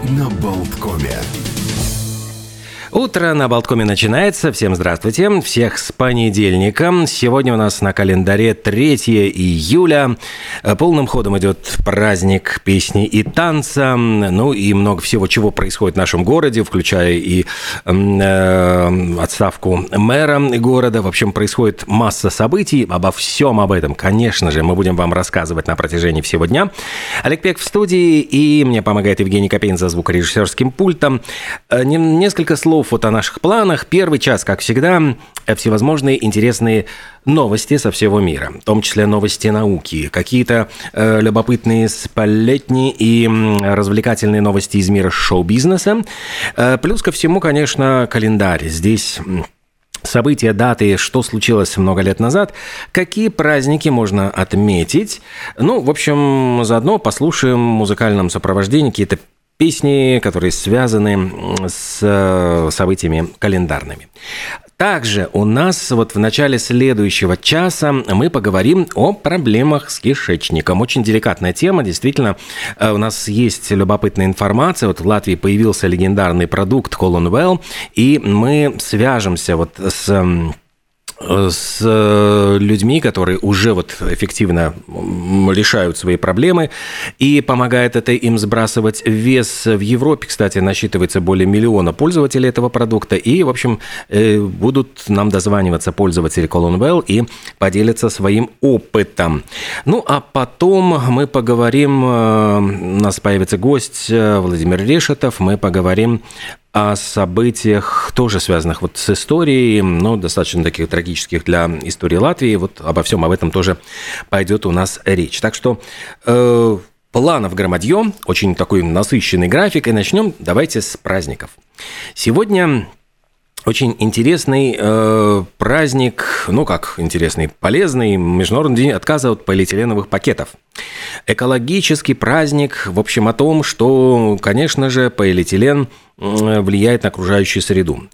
на Болткоме. Утро на Болткоме начинается. Всем здравствуйте. Всех с понедельником. Сегодня у нас на календаре 3 июля. Полным ходом идет праздник песни и танца. Ну и много всего, чего происходит в нашем городе, включая и отставку мэра города. В общем, происходит масса событий. Обо всем об этом, конечно же, мы будем вам рассказывать на протяжении всего дня. Олег Пек в студии, и мне помогает Евгений Копейн за звукорежиссерским пультом. Несколько слов о наших планах. Первый час, как всегда, всевозможные интересные новости со всего мира, в том числе новости науки, какие-то любопытные сплетни и развлекательные новости из мира шоу-бизнеса. Плюс ко всему, конечно, календарь. Здесь события, даты, что случилось много лет назад, какие праздники можно отметить. Ну, в общем, заодно послушаем в музыкальном сопровождении какие-то песни, которые связаны с событиями календарными. Также у нас вот в начале следующего часа мы поговорим о проблемах с кишечником. Очень деликатная тема, действительно. У нас есть любопытная информация. Вот в Латвии появился легендарный продукт Colon Well, и мы свяжемся вот с людьми, которые уже вот эффективно решают свои проблемы, и помогает это им сбрасывать вес. В Европе, кстати, насчитывается более 1 миллиона пользователей этого продукта, и, в общем, будут нам дозваниваться пользователи Colon Well и поделиться своим опытом. Ну, а потом мы поговорим, у нас появится гость Владимир Решетов, мы поговорим о событиях, тоже связанных вот с историей, но достаточно таких трагических для истории Латвии. Вот обо всем об этом тоже пойдет у нас речь. Так что планов громадье, очень такой насыщенный график. И начнем давайте с праздников. Сегодня очень интересный праздник, ну как интересный, полезный, Международный день отказа от полиэтиленовых пакетов. Экологический праздник, в общем, о том, что, конечно же, полиэтилен влияет на окружающую среду.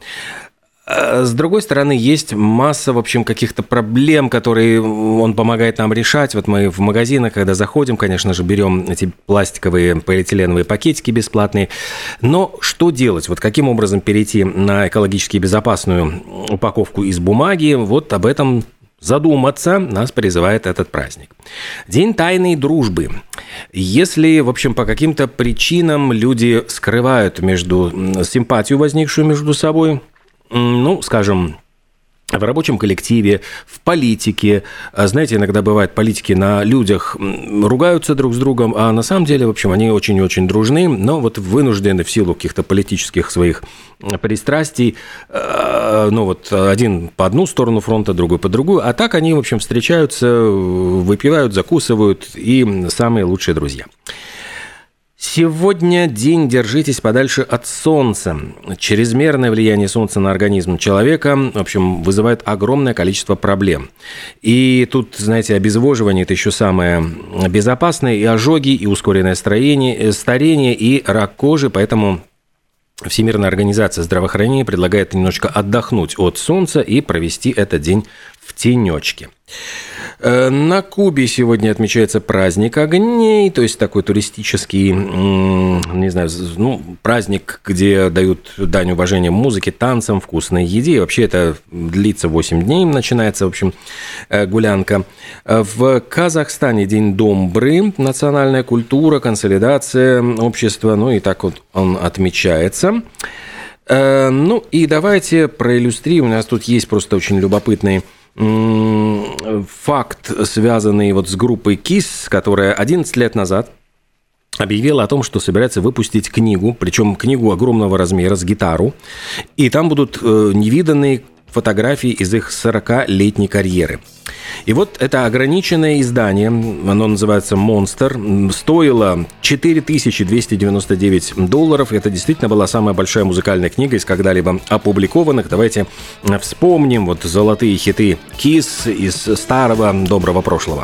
С другой стороны, есть масса, в общем, каких-то проблем, которые он помогает нам решать. Вот мы в магазинах, когда заходим, конечно же, берем эти пластиковые полиэтиленовые пакетики бесплатные. Но что делать? Вот каким образом перейти на экологически безопасную упаковку из бумаги? Вот об этом задуматься нас призывает этот праздник. День тайной дружбы. Если, в общем, по каким-то причинам люди скрывают симпатию, возникшую между собой, ну, скажем, в рабочем коллективе, в политике. Знаете, иногда бывает, политики на людях ругаются друг с другом, а на самом деле, в общем, они очень-очень дружны, но вот вынуждены в силу каких-то политических своих пристрастий, ну вот один по одну сторону фронта, другой по другую, а так они, в общем, встречаются, выпивают, закусывают и самые лучшие друзья. Сегодня день «Держитесь подальше от солнца». Чрезмерное влияние солнца на организм человека, в общем, вызывает огромное количество проблем. И тут, знаете, обезвоживание – это еще самое безопасное, и ожоги, и ускоренное старение, и рак кожи, поэтому Всемирная организация здравоохранения предлагает немножко отдохнуть от солнца и провести этот день в тенечке. На Кубе сегодня отмечается праздник огней, то есть такой туристический, не знаю, праздник, где дают дань уважения музыке, танцам, вкусной еде. И вообще это длится 8 дней, начинается, в общем, гулянка. В Казахстане день Домбры, национальная культура, консолидация общества, ну и так вот он отмечается. Ну и давайте проиллюстрируем, у нас тут есть просто очень любопытный факт, связанный вот с группой KISS, которая 11 лет назад объявила о том, что собирается выпустить книгу, причем книгу огромного размера с гитару, и там будут невиданные фотографии из их 40-летней карьеры. И вот это ограниченное издание, оно называется «Monster», стоило $4299. Это действительно была самая большая музыкальная книга из когда-либо опубликованных. Давайте вспомним вот золотые хиты KISS из старого доброго прошлого.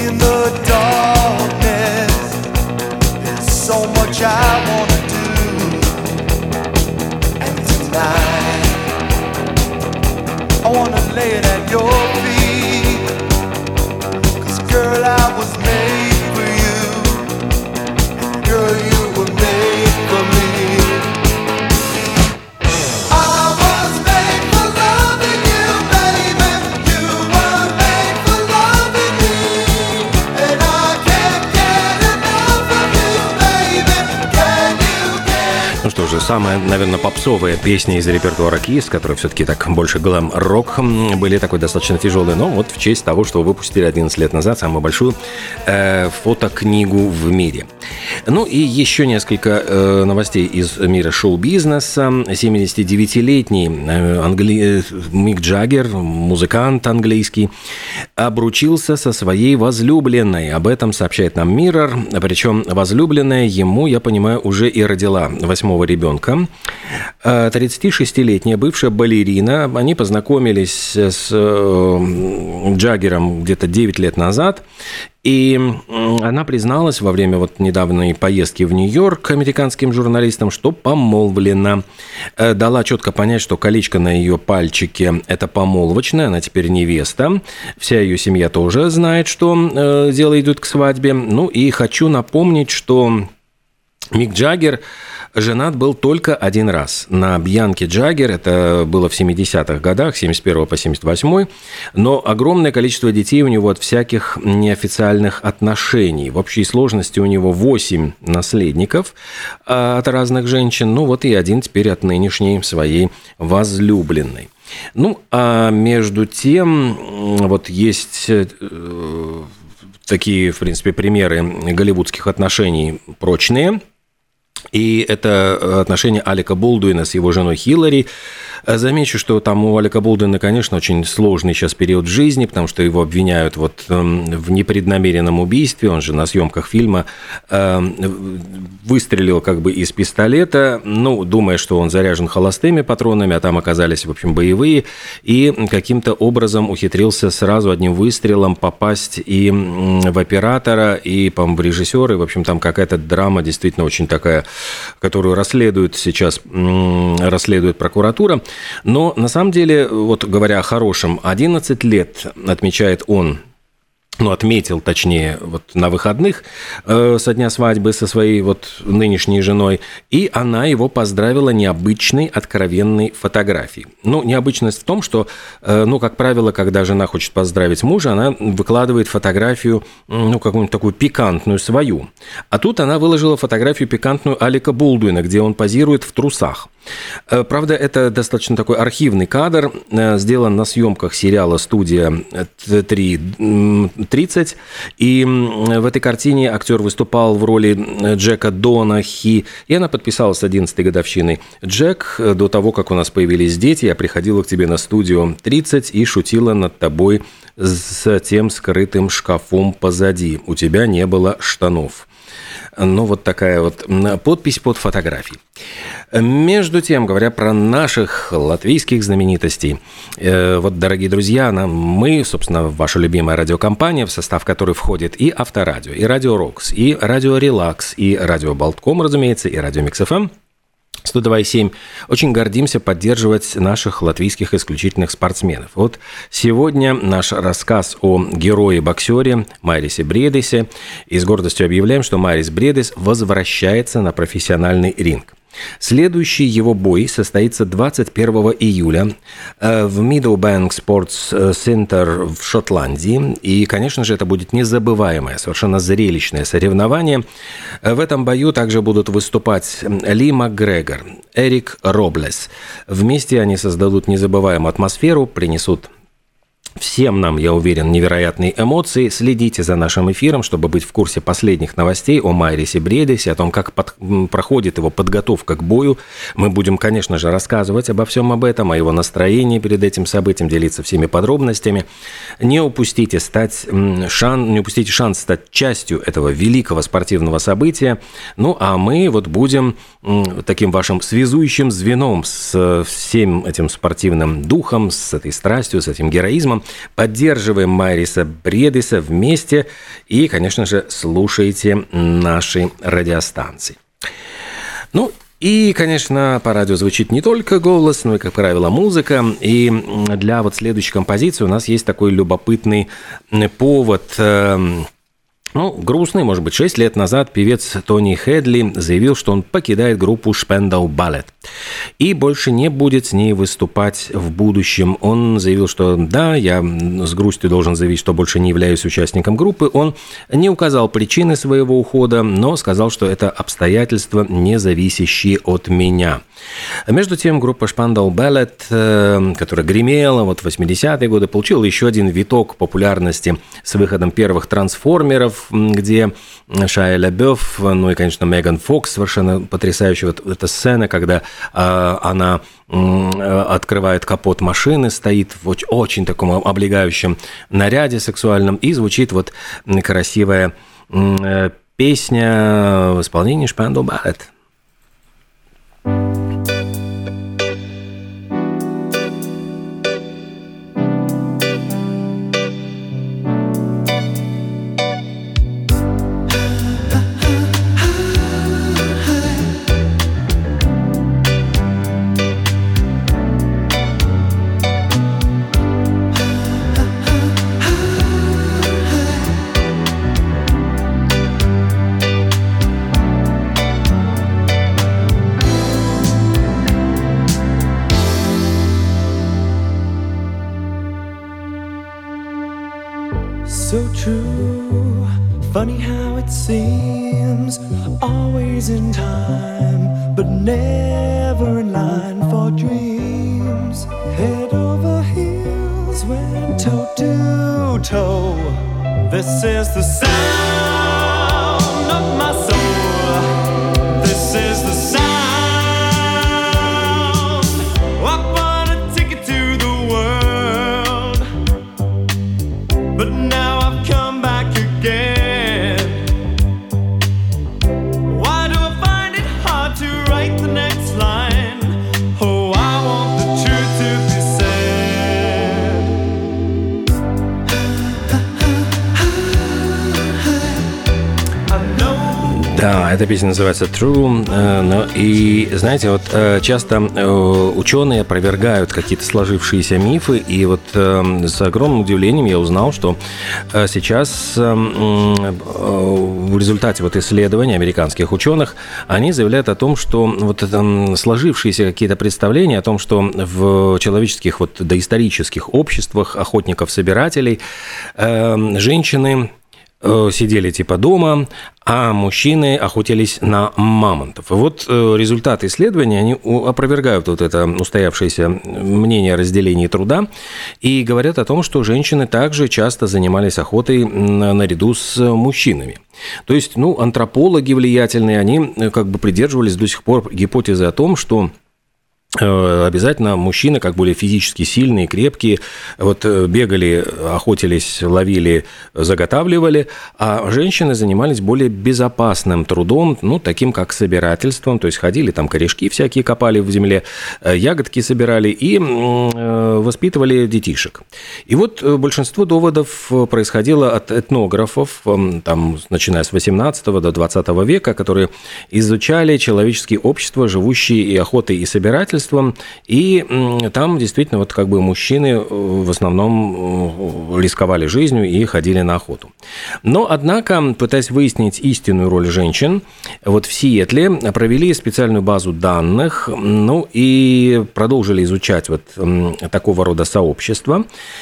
in the darkness. There's so much I wanna do. And tonight I wanna lay it at your feet. 'Cause girl, I was made for you. And girl, you were made for me. Ну что же, самая, наверное, попсовая песня из репертуара Kiss, которая все-таки так больше глэм-рок, были такой достаточно тяжелые, но вот в честь того, что выпустили 11 лет назад самую большую фотокнигу в мире. Ну и еще несколько новостей из мира шоу-бизнеса. 79-летний Мик Джаггер, музыкант английский, обручился со своей возлюбленной. Об этом сообщает нам Mirror. Причем возлюбленная ему, я понимаю, уже и родила 8-го ребенка. 36-летняя бывшая балерина. Они познакомились с Джаггером где-то 9 лет назад. И она призналась во время вот недавней поездки в Нью-Йорк американским журналистам, что помолвлена. Дала четко понять, что колечко на ее пальчике – это помолвочное, она теперь невеста. Вся ее семья тоже знает, что дело идет к свадьбе. Ну и хочу напомнить, что Мик Джаггер женат был только один раз. На Бьянке Джаггер, это было в 70-х годах, с 71 по 78, но огромное количество детей у него от всяких неофициальных отношений. В общей сложности у него 8 наследников от разных женщин, ну вот и один теперь от нынешней своей возлюбленной. Ну, а между тем, вот есть такие, в принципе, примеры голливудских отношений прочные. И это отношения Алека Болдуина с его женой Хиллари. Замечу, что там у Алека Болдуина, конечно, очень сложный сейчас период в жизни, потому что его обвиняют вот в непреднамеренном убийстве. Он же на съемках фильма выстрелил как бы из пистолета, ну, думая, что он заряжен холостыми патронами, а там оказались, в общем, боевые, и каким-то образом ухитрился сразу одним выстрелом попасть и в оператора, и, по-моему, в режиссера, и, в общем, там какая-то драма действительно очень такая, которую расследует сейчас, расследует прокуратура. Но на самом деле, вот говоря о хорошем, 11 лет отмечает он, ну, отметил, точнее, вот на выходных со дня свадьбы со своей вот нынешней женой, и она его поздравила необычной, откровенной фотографией. Ну, необычность в том, что, ну, как правило, когда жена хочет поздравить мужа, она выкладывает фотографию, ну, какую-нибудь такую пикантную свою. А тут она выложила фотографию пикантную Алека Болдуина, где он позирует в трусах. Правда, это достаточно такой архивный кадр, сделан на съемках сериала «Студия 30», и в этой картине актер выступал в роли Джека Донахи, и она подписалась с 11-й годовщиной. «Джек, до того, как у нас появились дети, я приходила к тебе на студию 30 и шутила над тобой с тем скрытым шкафом позади. У тебя не было штанов». Ну, вот такая вот подпись под фотографией. Между тем, говоря про наших латвийских знаменитостей, вот, дорогие друзья, мы, собственно, ваша любимая радиокомпания, в состав которой входит и Авторадио, и Радио Рокс, и Радио Релакс, и Радио Болтком, разумеется, и Радио Микс ФМ. 102,7. Очень гордимся поддерживать наших латвийских исключительных спортсменов. Вот сегодня наш рассказ о герое-боксере Майрисе Бредесе. И с гордостью объявляем, что Майрис Бредес возвращается на профессиональный ринг. Следующий его бой состоится 21 июля в Meadowbank Sports Center в Шотландии. И, конечно же, это будет незабываемое, совершенно зрелищное соревнование. В этом бою также будут выступать Ли Макгрегор, Эрик Роблес. Вместе они создадут незабываемую атмосферу, принесут всем нам, я уверен, невероятные эмоции. Следите за нашим эфиром, чтобы быть в курсе последних новостей о Майрисе Бредесе, о том, как проходит его подготовка к бою. Мы будем, конечно же, рассказывать обо всем об этом, о его настроении перед этим событием, делиться всеми подробностями. Не упустите шанс стать частью этого великого спортивного события. Ну, а мы вот будем таким вашим связующим звеном с всем этим спортивным духом, с этой страстью, с этим героизмом. Поддерживаем Майриса Бредиса вместе и, конечно же, слушайте наши радиостанции. Ну, и, конечно, по радио звучит не только голос, но и, как правило, музыка. И для вот следующей композиции у нас есть такой любопытный повод. Ну, грустный, может быть, 6 лет назад певец Тони Хедли заявил, что он покидает группу Spandau Ballet и больше не будет с ней выступать в будущем. Он заявил, что да, я с грустью должен заявить, что больше не являюсь участником группы. Он не указал причины своего ухода, но сказал, что это обстоятельства, не зависящие от меня. Между тем, группа Spandau Ballet, которая гремела вот в 80-е годы, получила еще один виток популярности с выходом первых «Трансформеров», где Шайа Лабёв, ну и, конечно, Меган Фокс, совершенно потрясающая вот эта сцена, когда она открывает капот машины, стоит в очень таком облегающем наряде сексуальном, и звучит вот красивая песня в исполнении Spandau Ballet. So true, funny how it seems, always in time, but never in line for dreams. Head over heels, went toe to toe. This is the sound of my soul. This is the sound. I bought a ticket to the world, but now I've come back again. Why do I find it hard to write the next line? Oh, I want the truth to be said. I know. Да, эта песня называется True. И, знаете, вот часто ученые опровергают какие-то сложившиеся мифы, и вот с огромным удивлением я узнал, что сейчас в результате вот исследований американских ученых они заявляют о том, что вот сложившиеся какие-то представления о том, что в человеческих вот доисторических обществах охотников-собирателей женщины сидели типа дома, а мужчины охотились на мамонтов. И вот результаты исследований, они опровергают вот это устоявшееся мнение о разделении труда и говорят о том, что женщины также часто занимались охотой наряду с мужчинами. То есть, антропологи влиятельные, они как бы придерживались до сих пор гипотезы о том, что обязательно мужчины, как более физически сильные, крепкие, вот бегали, охотились, ловили, заготавливали, а женщины занимались более безопасным трудом, таким как собирательством, то есть ходили там корешки всякие копали в земле, ягодки собирали и воспитывали детишек. И вот большинство доводов происходило от этнографов, там, начиная с 18 до 20 века, которые изучали человеческие общества, живущие и охотой, и собирательством, и там действительно вот как бы мужчины в основном рисковали жизнью и ходили на охоту. Но, однако, пытаясь выяснить истинную роль женщин, вот в Сиэтле провели специальную базу данных, и продолжили изучать вот такого рода сообщества,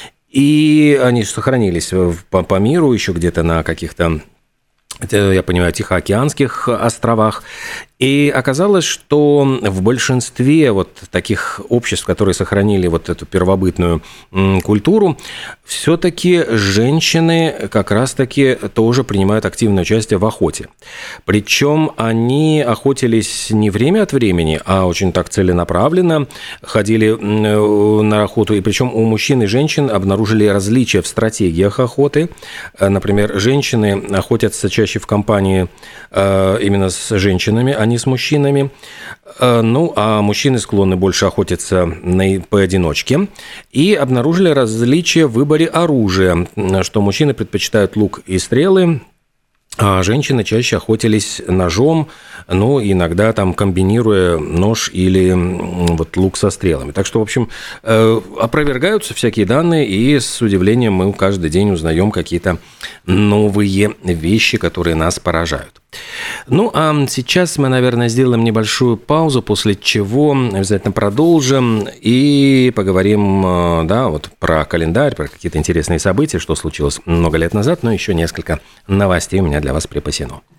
и они сохранились по миру еще где-то на каких-то, я понимаю, Тихоокеанских островах. И оказалось, что в большинстве вот таких обществ, которые сохранили вот эту первобытную культуру, все-таки женщины как раз-таки тоже принимают активное участие в охоте. Причем они охотились не время от времени, а очень так целенаправленно ходили на охоту. И причем у мужчин и женщин обнаружили различия в стратегиях охоты. Например, женщины охотятся чаще в компании именно с женщинами, а не с мужчинами. Ну, а мужчины склонны больше охотиться поодиночке. И обнаружили различия в выборе оружия, что мужчины предпочитают лук и стрелы, а женщины чаще охотились ножом, ну, иногда там комбинируя нож или вот лук со стрелами. Так что, в общем, опровергаются всякие данные, и с удивлением мы каждый день узнаем какие-то новые вещи, которые нас поражают. Ну, а сейчас мы, наверное, сделаем небольшую паузу, после чего обязательно продолжим и поговорим, да, вот про календарь, про какие-то интересные события, что случилось много лет назад, но еще несколько новостей у меня для вас припасено.